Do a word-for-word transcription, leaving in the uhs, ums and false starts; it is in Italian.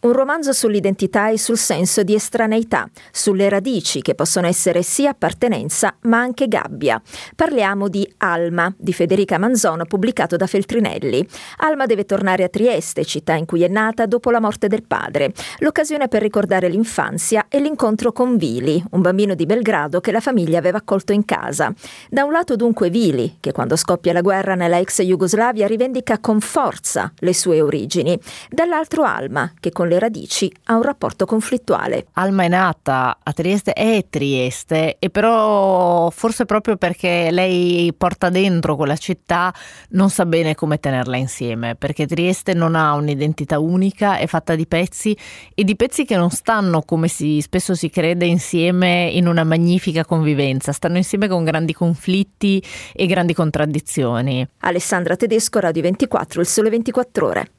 un romanzo sull'identità e sul senso di estraneità, sulle radici che possono essere sia appartenenza ma anche gabbia. Parliamo di Alma, di Federica Manzon, pubblicato da Feltrinelli. Alma deve tornare a Trieste, città in cui è nata dopo la morte del padre. L'occasione per ricordare l'infanzia e l'incontro con Vili, un bambino di Belgrado che la famiglia aveva accolto in casa. Da un lato dunque Vili, che quando scoppia la guerra nella ex Jugoslavia rivendica con forza le sue origini. Dall'altro Alma, che con le radici ha un rapporto conflittuale. Alma è nata a Trieste, è Trieste, e però forse proprio perché lei porta dentro quella città non sa bene come tenerla insieme, perché Trieste non ha un'identità unica, è fatta di pezzi e di pezzi che non stanno, come si spesso si crede, insieme in una magnifica convivenza, stanno insieme con grandi conflitti e grandi contraddizioni. Alessandra Tedesco, Radio ventiquattro, Il Sole ventiquattro Ore.